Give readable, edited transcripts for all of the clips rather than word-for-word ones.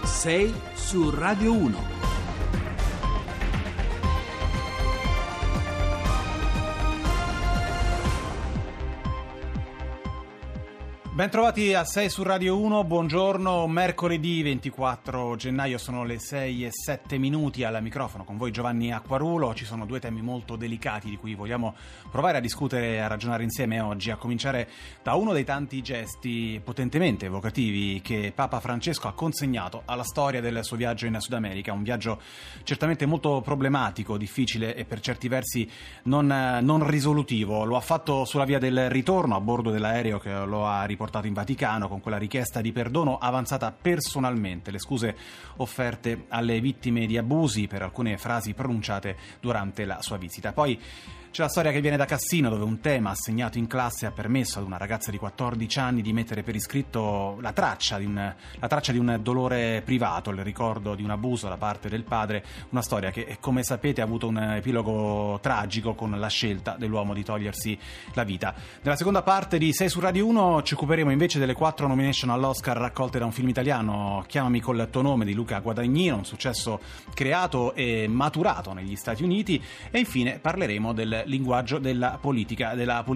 6 su Radio 1. Bentrovati a 6 su Radio 1, buongiorno, mercoledì 24 gennaio, sono le 6:07 al microfono con voi Giovanni Acquarulo. Ci sono due temi molto delicati di cui vogliamo provare a discutere e a ragionare insieme oggi, a cominciare da uno dei tanti gesti potentemente evocativi che Papa Francesco ha consegnato alla storia del suo viaggio in Sud America, un viaggio certamente molto problematico, difficile e per certi versi non risolutivo. Lo ha fatto sulla via del ritorno a bordo dell'aereo che lo ha riportato in Vaticano con quella richiesta di perdono avanzata personalmente, le scuse offerte alle vittime di abusi per alcune frasi pronunciate durante la sua visita. Poi c'è la storia che viene da Cassino, dove un tema assegnato in classe ha permesso ad una ragazza di 14 anni di mettere per iscritto la traccia di un dolore privato, il ricordo di un abuso da parte del padre, una storia che, come sapete, ha avuto un epilogo tragico con la scelta dell'uomo di togliersi la vita. Nella seconda parte di 6 su Radio 1 ci occuperemo invece delle 4 nomination all'Oscar raccolte da un film italiano, Chiamami col tuo nome, di Luca Guadagnino, un successo creato e maturato negli Stati Uniti, e infine parleremo del linguaggio della politica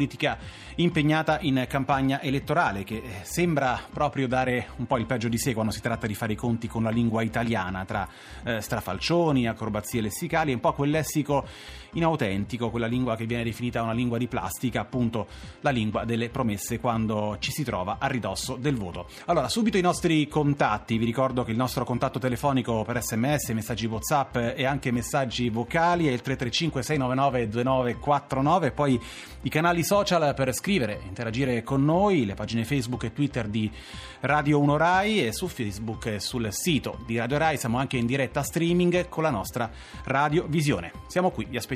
impegnata in campagna elettorale, che sembra proprio dare un po' il peggio di sé quando si tratta di fare i conti con la lingua italiana, tra strafalcioni, acrobazie lessicali e un po' quel lessico inautentico, quella lingua che viene definita una lingua di plastica, appunto la lingua delle promesse quando ci si trova a ridosso del voto. Allora, subito i nostri contatti. Vi ricordo che il nostro contatto telefonico per SMS, messaggi WhatsApp e anche messaggi vocali è il 335 699 2949, poi i canali social per scrivere, interagire con noi, le pagine Facebook e Twitter di Radio 1 Rai, e su Facebook e sul sito di Radio Rai siamo anche in diretta streaming con la nostra radiovisione. Siamo qui, vi aspettiamo.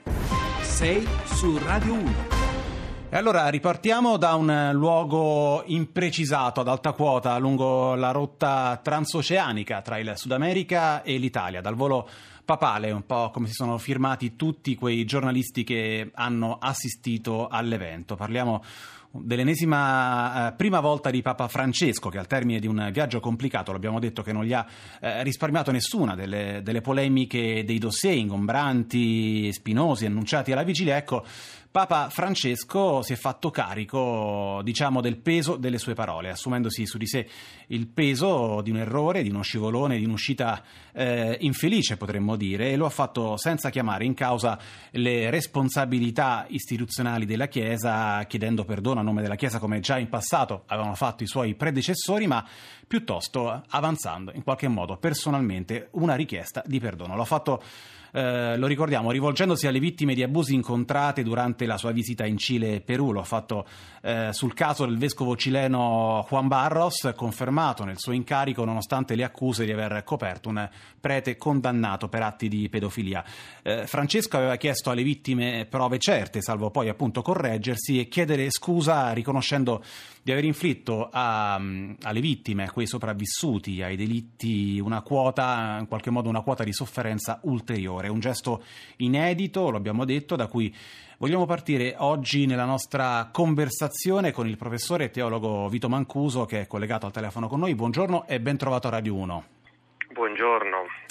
6 su Radio 1. E allora ripartiamo da un luogo imprecisato ad alta quota lungo la rotta transoceanica tra il Sud America e l'Italia, dal volo papale, un po' come si sono firmati tutti quei giornalisti che hanno assistito all'evento. Parliamo dell'ennesima prima volta di Papa Francesco, che al termine di un viaggio complicato, l'abbiamo detto, che non gli ha risparmiato nessuna delle polemiche, dei dossier ingombranti, spinosi, annunciati alla vigilia, ecco, Papa Francesco si è fatto carico, diciamo, del peso delle sue parole, assumendosi su di sé il peso di un errore, di uno scivolone, di un'uscita infelice, potremmo dire, e lo ha fatto senza chiamare in causa le responsabilità istituzionali della Chiesa, chiedendo perdono a nome della Chiesa come già in passato avevano fatto i suoi predecessori, ma piuttosto avanzando in qualche modo personalmente una richiesta di perdono. Lo ha fatto, lo ricordiamo, rivolgendosi alle vittime di abusi incontrate durante la sua visita in Cile e Perù. Lo ha fatto sul caso del vescovo cileno Juan Barros, confermato nel suo incarico nonostante le accuse di aver coperto un prete condannato per atti di pedofilia. Francesco aveva chiesto alle vittime prove certe, salvo poi appunto correggersi e chiedere scusa, riconoscendo di aver inflitto alle vittime, a quei sopravvissuti ai delitti, una quota, in qualche modo una quota di sofferenza ulteriore. Un gesto inedito, lo abbiamo detto, da cui vogliamo partire oggi nella nostra conversazione con il professore teologo Vito Mancuso, che è collegato al telefono con noi. Buongiorno e ben trovato a Radio 1. Buongiorno.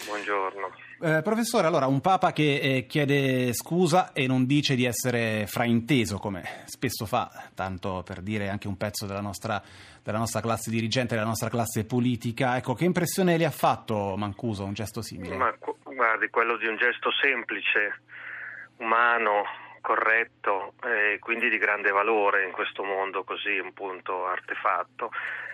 Professore, allora, un Papa che chiede scusa e non dice di essere frainteso, come spesso fa, tanto per dire anche un pezzo della nostra classe dirigente, della nostra classe politica. Ecco, che impressione le ha fatto Mancuso un gesto simile? Ma guardi, quello di un gesto semplice, umano, corretto e quindi di grande valore in questo mondo così appunto artefatto.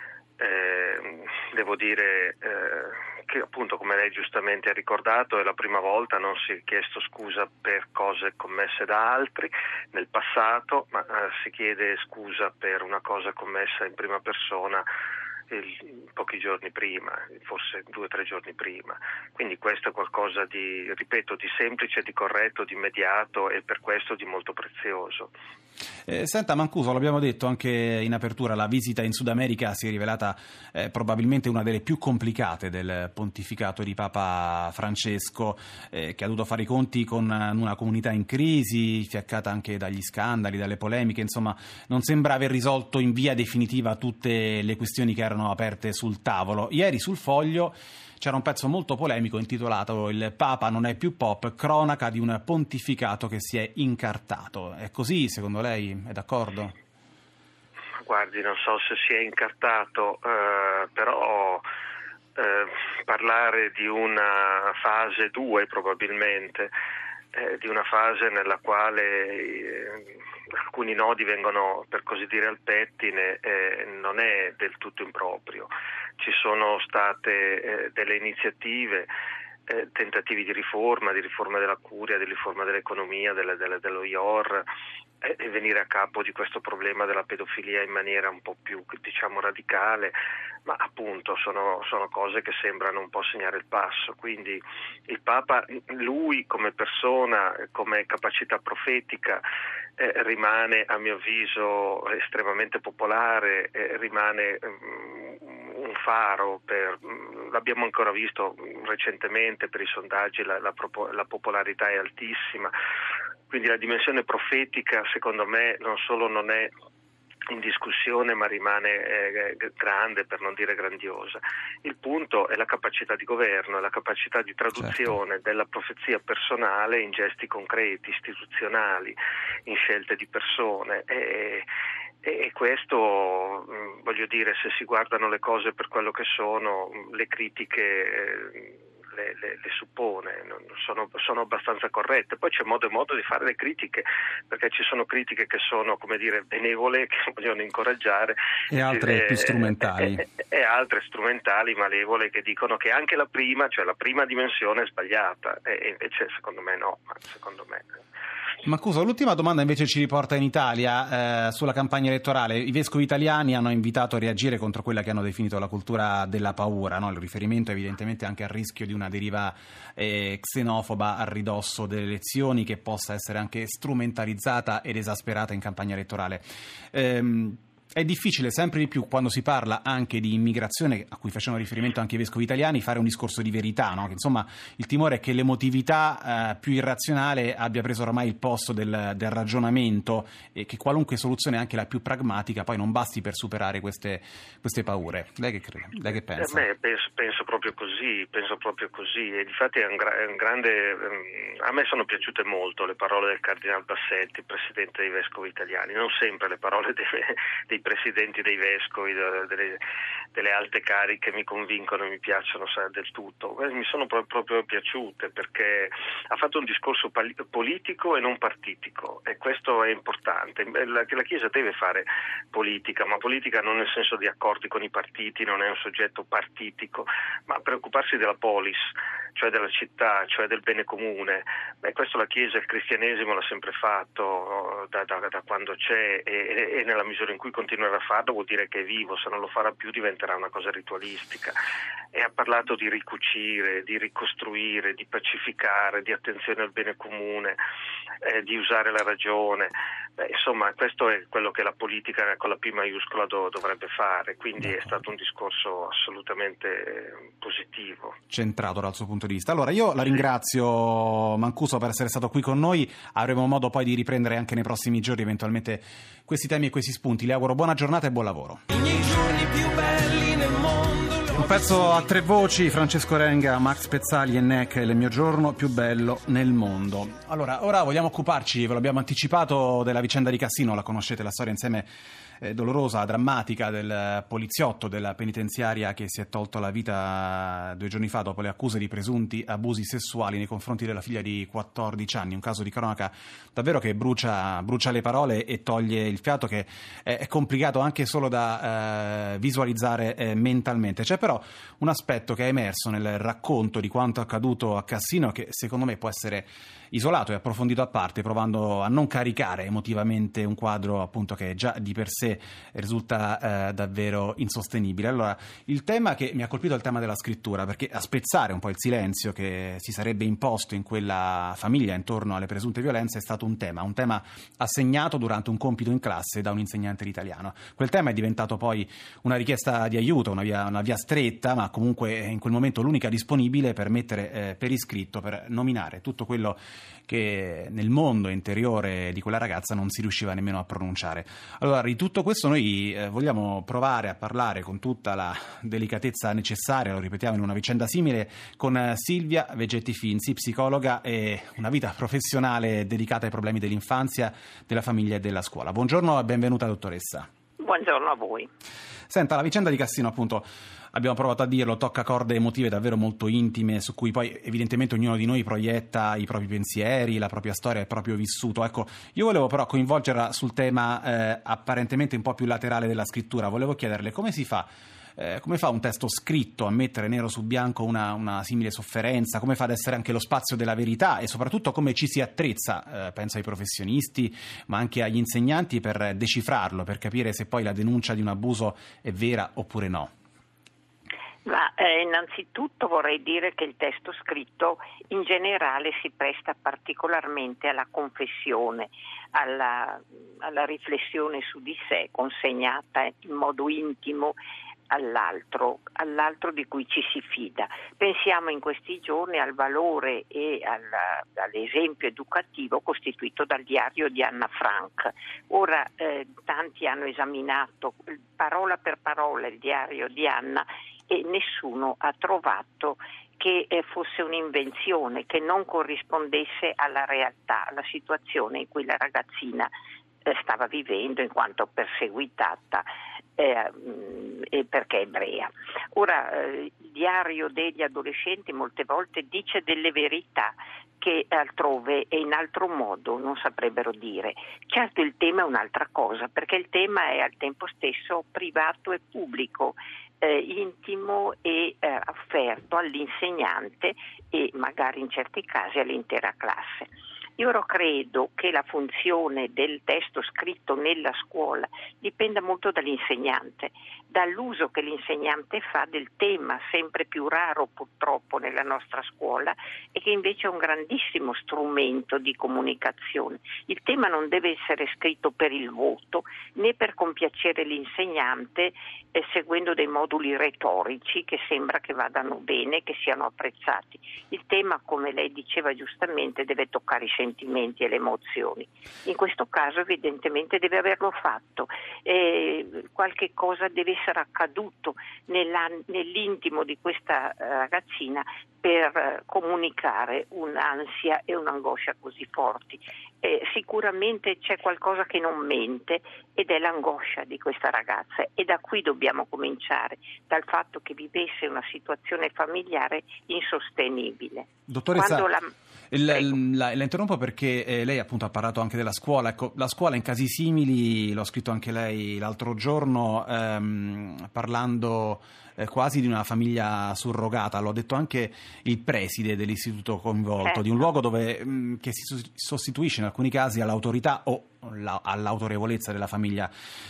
Devo dire che appunto, come lei giustamente ha ricordato, è la prima volta, non si è chiesto scusa per cose commesse da altri nel passato, ma si chiede scusa per una cosa commessa in prima persona pochi giorni prima, forse 2 o 3 giorni prima. Quindi questo è qualcosa di, ripeto, di semplice, di corretto, di immediato e per questo di molto prezioso. Senta Mancuso, l'abbiamo detto anche in apertura, la visita in Sud America si è rivelata probabilmente una delle più complicate del pontificato di Papa Francesco, che ha dovuto fare i conti con una comunità in crisi, fiaccata anche dagli scandali, dalle polemiche, insomma non sembra aver risolto in via definitiva tutte le questioni che erano erano aperte sul tavolo. Ieri sul Foglio c'era un pezzo molto polemico intitolato "Il Papa non è più Pop, cronaca di un pontificato che si è incartato". È così, secondo lei? È d'accordo? Guardi, non so se si è incartato, però parlare di una fase 2 probabilmente, di una fase nella quale alcuni nodi vengono, per così dire, al pettine, non è del tutto improprio. Ci sono state delle iniziative, tentativi di riforma della curia, di riforma dell'economia, dello IOR, e venire a capo di questo problema della pedofilia in maniera un po' più, diciamo, radicale, ma appunto sono cose che sembrano un po' segnare il passo. Quindi il Papa, lui come persona, come capacità profetica, rimane, a mio avviso, estremamente popolare, rimane un faro l'abbiamo ancora visto recentemente per i sondaggi, la popolarità è altissima. Quindi la dimensione profetica, secondo me, non solo non è in discussione, ma rimane grande, per non dire grandiosa. Il punto è la capacità di governo, la capacità di traduzione della profezia personale in gesti concreti, istituzionali, in scelte di persone. E questo, voglio dire, se si guardano le cose per quello che sono, le critiche le suppone, sono abbastanza corrette. Poi c'è modo e modo di fare le critiche, perché ci sono critiche che sono, come dire, benevole, che vogliono incoraggiare, e altre più strumentali, e altre strumentali, malevole, che dicono che anche la prima, cioè la prima dimensione, è sbagliata, e invece secondo me no, secondo me. Mancuso, l'ultima domanda invece ci riporta in Italia, sulla campagna elettorale. I vescovi italiani hanno invitato a reagire contro quella che hanno definito la cultura della paura, no? Il riferimento evidentemente anche al rischio di una deriva xenofoba a ridosso delle elezioni, che possa essere anche strumentalizzata ed esasperata in campagna elettorale. È difficile sempre di più, quando si parla anche di immigrazione, a cui facevano riferimento anche i vescovi italiani, fare un discorso di verità, no? Che, insomma, il timore è che l'emotività più irrazionale abbia preso ormai il posto del ragionamento, e che qualunque soluzione, anche la più pragmatica, poi non basti per superare queste paure. Lei che crede? Lei che pensa? Penso proprio così, e difatti è un grande. A me sono piaciute molto le parole del Cardinal Bassetti, presidente dei vescovi italiani. Non sempre le parole dei presidenti dei vescovi, delle alte cariche mi convincono e mi piacciono del tutto. Mi sono proprio piaciute, perché ha fatto un discorso politico e non partitico, e questo è importante. La Chiesa deve fare politica, ma politica non nel senso di accordi con i partiti, non è un soggetto partitico, ma preoccuparsi della polis, cioè della città, cioè del bene comune. Questo la Chiesa, il cristianesimo l'ha sempre fatto da quando c'è, e nella misura in cui continuerà a farlo vuol dire che è vivo. Se non lo farà più diventerà una cosa ritualistica. E ha parlato di ricucire, di ricostruire, di pacificare, di attenzione al bene comune, di usare la ragione. Insomma, questo è quello che la politica con la P maiuscola dovrebbe fare, quindi è stato un discorso assolutamente positivo. Centrato dal suo punto di vista. Allora, io la ringrazio, Mancuso, per essere stato qui con noi. Avremo modo poi di riprendere anche nei prossimi giorni eventualmente questi temi e questi spunti. Le auguro buona giornata e buon lavoro. I giorni più belli nel mondo. Un pezzo a tre voci: Francesco Renga, Max Pezzali e Neck, Il mio giorno più bello nel mondo. Allora, ora vogliamo occuparci, ve l'abbiamo anticipato, della vicenda di Cassino. La conoscete la storia insieme, dolorosa, drammatica, del poliziotto della penitenziaria che si è tolto la vita 2 giorni fa dopo le accuse di presunti abusi sessuali nei confronti della figlia di 14 anni. Un caso di cronaca davvero che brucia le parole e toglie il fiato, che è complicato anche solo da visualizzare mentalmente. C'è però un aspetto che è emerso nel racconto di quanto accaduto a Cassino, che secondo me può essere isolato e approfondito a parte, provando a non caricare emotivamente un quadro, appunto, che già di per sé risulta davvero insostenibile. Allora, il tema che mi ha colpito è il tema della scrittura, perché a spezzare un po' il silenzio che si sarebbe imposto in quella famiglia intorno alle presunte violenze è stato un tema assegnato durante un compito in classe da un insegnante di italiano. Quel tema è diventato poi una richiesta di aiuto, una via stretta, ma comunque in quel momento l'unica disponibile per mettere per iscritto, per nominare tutto quello che nel mondo interiore di quella ragazza non si riusciva nemmeno a pronunciare. Allora, di tutti tutto questo noi vogliamo provare a parlare con tutta la delicatezza necessaria, lo ripetiamo in una vicenda simile, con Silvia Vegetti Finzi, psicologa e una vita professionale dedicata ai problemi dell'infanzia, della famiglia e della scuola. Buongiorno e benvenuta dottoressa. Buongiorno a voi. Senta, la vicenda di Cassino, appunto, abbiamo provato a dirlo, tocca corde emotive davvero molto intime, su cui poi evidentemente ognuno di noi proietta i propri pensieri, la propria storia, il proprio vissuto. Ecco, io volevo però coinvolgerla sul tema apparentemente un po' più laterale della scrittura. Volevo chiederle come si fa. Come fa un testo scritto a mettere nero su bianco una simile sofferenza? Come fa ad essere anche lo spazio della verità e soprattutto come ci si attrezza, penso ai professionisti ma anche agli insegnanti, per decifrarlo, per capire se poi la denuncia di un abuso è vera oppure no? Ma innanzitutto vorrei dire che il testo scritto in generale si presta particolarmente alla confessione, alla riflessione su di sé, consegnata in modo intimo all'altro di cui ci si fida. Pensiamo in questi giorni al valore e all'esempio educativo costituito dal diario di Anna Frank. Ora tanti hanno esaminato parola per parola il diario di Anna e nessuno ha trovato che fosse un'invenzione, che non corrispondesse alla realtà, alla situazione in cui la ragazzina stava vivendo in quanto perseguitata perché è ebrea. Ora, il diario degli adolescenti molte volte dice delle verità che altrove e in altro modo non saprebbero dire. Certo, il tema è un'altra cosa, perché il tema è al tempo stesso privato e pubblico, intimo e offerto all'insegnante e magari in certi casi all'intera classe. Io credo che la funzione del testo scritto nella scuola dipenda molto dall'insegnante, dall'uso che l'insegnante fa del tema, sempre più raro purtroppo nella nostra scuola, e che invece è un grandissimo strumento di comunicazione. Il tema non deve essere scritto per il voto né per compiacere l'insegnante seguendo dei moduli retorici che sembra che vadano bene, che siano apprezzati. Il tema, come lei diceva giustamente, deve toccare i sentimenti e le emozioni. In questo caso evidentemente deve averlo fatto. Qualche cosa deve essere accaduto nell'intimo di questa ragazzina per comunicare un'ansia e un'angoscia così forti. Sicuramente c'è qualcosa che non mente ed è l'angoscia di questa ragazza, e da qui dobbiamo cominciare, dal fatto che vivesse una situazione familiare insostenibile. Dottoressa, la interrompo perché lei appunto ha parlato anche della scuola. Ecco, la scuola in casi simili, l'ho scritto anche lei l'altro giorno, parlando quasi di una famiglia surrogata, lo ha detto anche il preside dell'istituto coinvolto, di un luogo dove che si sostituisce in alcuni casi all'autorità o all'autorevolezza della famiglia.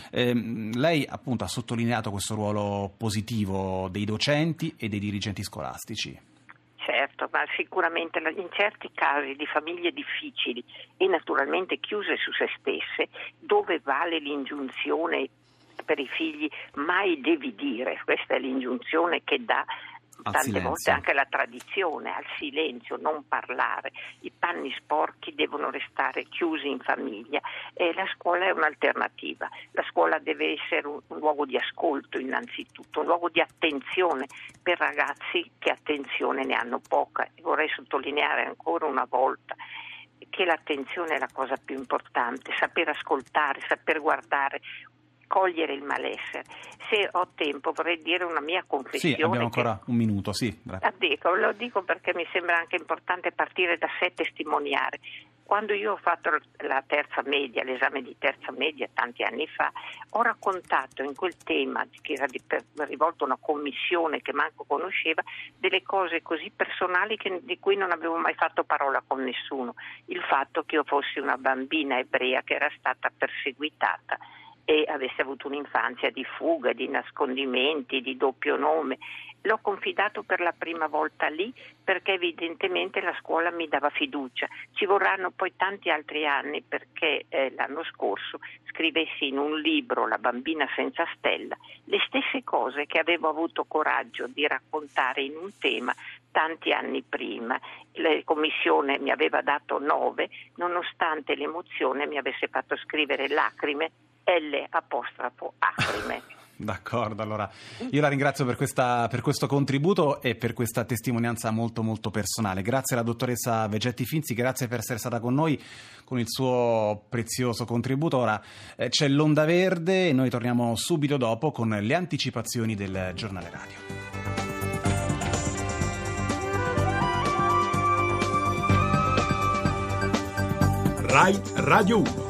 Lei appunto ha sottolineato questo ruolo positivo dei docenti e dei dirigenti scolastici. Certo, ma sicuramente in certi casi di famiglie difficili e naturalmente chiuse su se stesse, dove vale l'ingiunzione per i figli mai devi dire, questa è l'ingiunzione che dà tante volte anche la tradizione, al silenzio, non parlare. I panni sporchi devono restare chiusi in famiglia e la scuola è un'alternativa. La scuola deve essere un luogo di ascolto innanzitutto, un luogo di attenzione per ragazzi che attenzione ne hanno poca. E vorrei sottolineare ancora una volta che l'attenzione è la cosa più importante, saper ascoltare, saper guardare, cogliere il malessere. Se ho tempo vorrei dire una mia confessione. Sì, abbiamo ancora un minuto, sì. Lo dico perché mi sembra anche importante partire da sé e testimoniare. Quando io ho fatto la terza media, l'esame di terza media tanti anni fa, ho raccontato in quel tema, che era rivolto a una commissione che manco conosceva, delle cose così personali di cui non avevo mai fatto parola con nessuno. Il fatto che io fossi una bambina ebrea che era stata perseguitata e avesse avuto un'infanzia di fuga, di nascondimenti, di doppio nome. L'ho confidato per la prima volta lì perché evidentemente la scuola mi dava fiducia. Ci vorranno poi tanti altri anni perché l'anno scorso scrivessi in un libro, La bambina senza stella, le stesse cose che avevo avuto coraggio di raccontare in un tema tanti anni prima. La commissione mi aveva dato 9, nonostante l'emozione mi avesse fatto scrivere lacrime L''Acrime. D'accordo, allora io la ringrazio per questo contributo e per questa testimonianza molto molto personale. Grazie alla dottoressa Vegetti Finzi, grazie per essere stata con noi con il suo prezioso contributo. Ora c'è l'Onda Verde e noi torniamo subito dopo con le anticipazioni del giornale radio. Rai Radio 1.